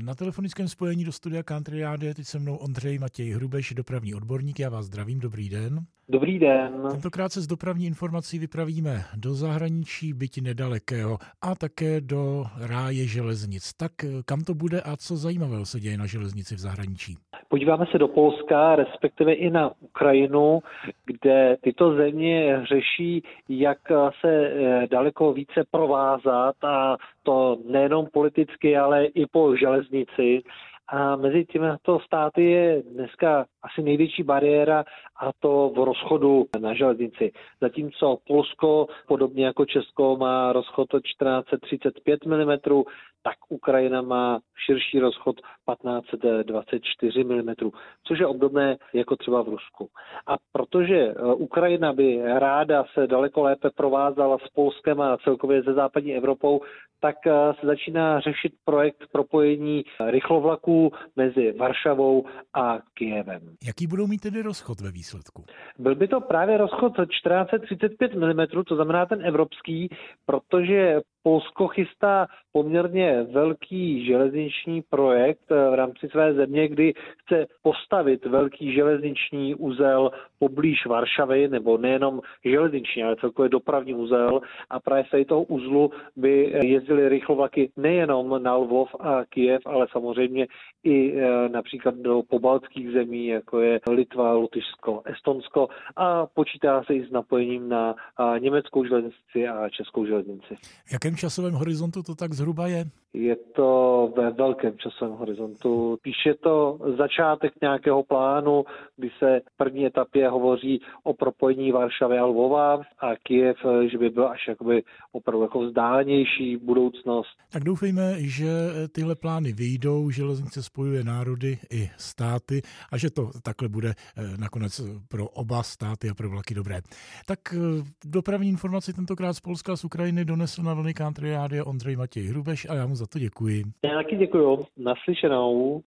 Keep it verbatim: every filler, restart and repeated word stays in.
Na telefonickém spojení do studia Country Rádia je teď se mnou Ondřej Matěj Hrubeš, dopravní odborník. Já vás zdravím, dobrý den. Dobrý den. Tentokrát se z dopravní informací vypravíme do zahraničí, byť nedalekého, a také do ráje železnic. Tak kam to bude a co zajímavého se děje na železnici v zahraničí? Podíváme se do Polska, respektive i na Ukrajinu, kde tyto země řeší, jak se daleko více provázat, a to nejenom politicky, ale i po železnici. A mezi těmito státy je dneska asi největší bariéra, a to v rozchodu na železnici. Zatímco Polsko, podobně jako Česko, má rozchod čtrnáct set třicet pět milimetrů, tak Ukrajina má širší rozchod patnáct set dvacet čtyři milimetrů, což je obdobné jako třeba v Rusku. A protože Ukrajina by ráda se daleko lépe provázala s Polskem a celkově se západní Evropou, tak se začíná řešit projekt propojení rychlovlaků mezi Varšavou a Kyjevem. Jaký budou mít tedy rozchod ve výsledku? Byl by to právě rozchod čtrnáct set třicet pět milimetrů, to znamená ten evropský, protože Polsko chystá poměrně velký železniční projekt v rámci své země, kdy chce postavit velký železniční uzel poblíž Varšavy, nebo nejenom železniční, ale celkově dopravní uzel, a právě z toho uzlu by jezdily rychlovlaky nejenom na Lvov a Kyjev, ale samozřejmě i například do pobaltských zemí, jako je Litva, Lotyšsko, Estonsko, a počítá se i s napojením na německou železnici a českou železnici. V jakém časovém horizontu to tak zhruba je? Je to ve velkém časovém horizontu. Píše to začátek nějakého plánu, kdy se v první etapě hovoří o propojení Varšavy a Lvova, a Kyjev, že by byl až jakoby opravdu jako vzdálenější budoucnost. Tak doufejme, že tyhle plány vyjdou, železnice spojuje národy i státy a že to takhle bude nakonec pro oba státy a pro vlaky dobré. Tak dopravní informaci tentokrát z Polska a z Ukrajiny donesl na vlny Country Rádia Ondřej Matěj Hrubeš a já mu za to děkuji. Já taky děkuju. Naslyšenou.